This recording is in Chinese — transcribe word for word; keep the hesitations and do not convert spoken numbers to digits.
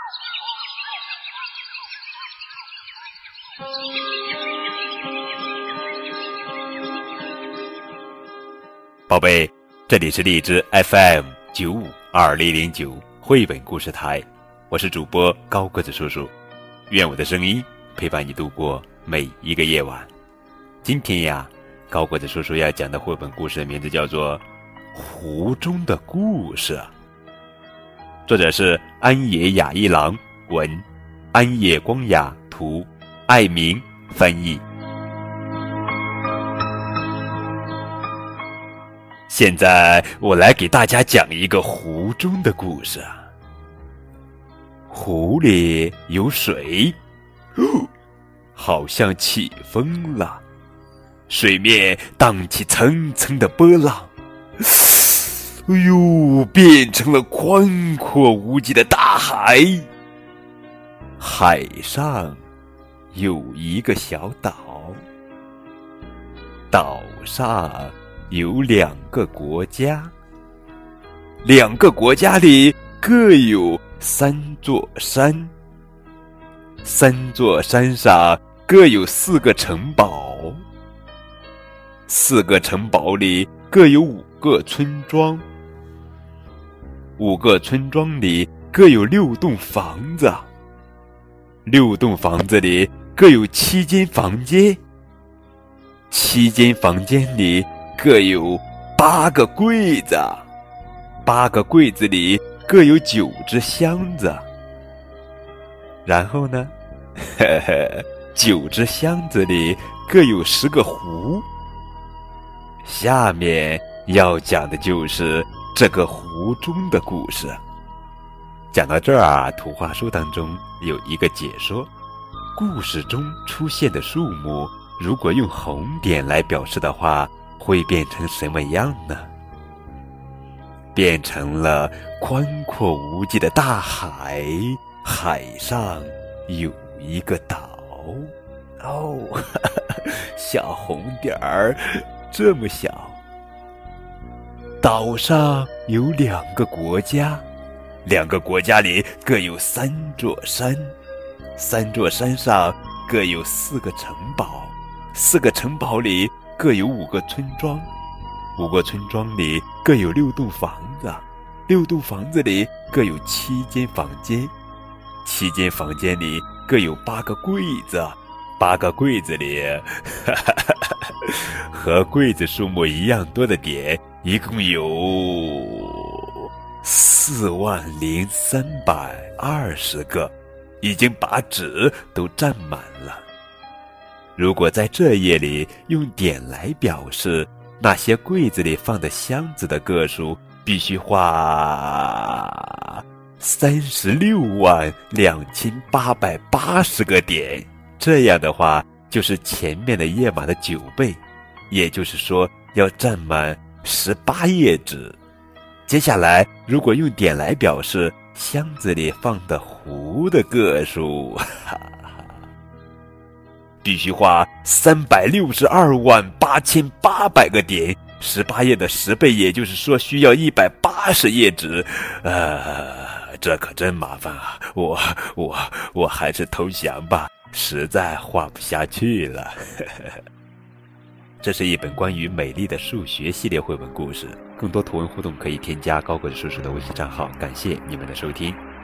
宝贝，这里是荔枝 F M 九五二零零九绘本故事台，我是主播高个子叔叔，愿我的声音陪伴你度过每一个夜晚。今天呀，高个子叔叔要讲的绘本故事的名字叫做《湖中的故事》，作者是安野雅一郎，文，安野光雅，图，艾明翻译。现在我来给大家讲一个湖中的故事。湖里有水，哦，好像起风了，水面荡起层层的波浪，哎呦，变成了宽阔无际的大海。海上有一个小岛，岛上有两个国家，两个国家里各有三座山，三座山上各有四个城堡，四个城堡里各有五个村庄，五个村庄里各有六栋房子，六栋房子里各有七间房间，七间房间里各有八个柜子，八个柜子里各有九只箱子。然后呢，呵呵，九只箱子里各有十个壶。下面要讲的就是这个湖中的故事。讲到这儿啊，图画书当中有一个解说，故事中出现的树木，如果用红点来表示的话，会变成什么样呢？变成了宽阔无际的大海，海上有一个岛。哦，呵呵，小红点儿这么小。岛上有两个国家，两个国家里各有三座山，三座山上各有四个城堡，四个城堡里各有五个村庄，五个村庄里各有六栋房子，六栋房子里各有七间房间，七间房间里各有八个柜子，八个柜子里哈哈哈哈和柜子数目一样多的点一共有四万零三百二十个，已经把纸都占满了。如果在这页里用点来表示，那些柜子里放的箱子的个数必须画三十六万两千八百八十个点，这样的话就是前面的页码的九倍，也就是说要占满十八页纸。接下来如果用点来表示箱子里放的壶的个数，哈哈，必须花三百六十二万八千八百个点，十八页的十倍，也就是说需要一百八十页纸。呃，这可真麻烦啊！我我我还是投降吧，实在画不下去了。这是一本关于美丽的数学系列绘本故事，更多图文互动可以添加高个子叔叔的微信账号。感谢你们的收听。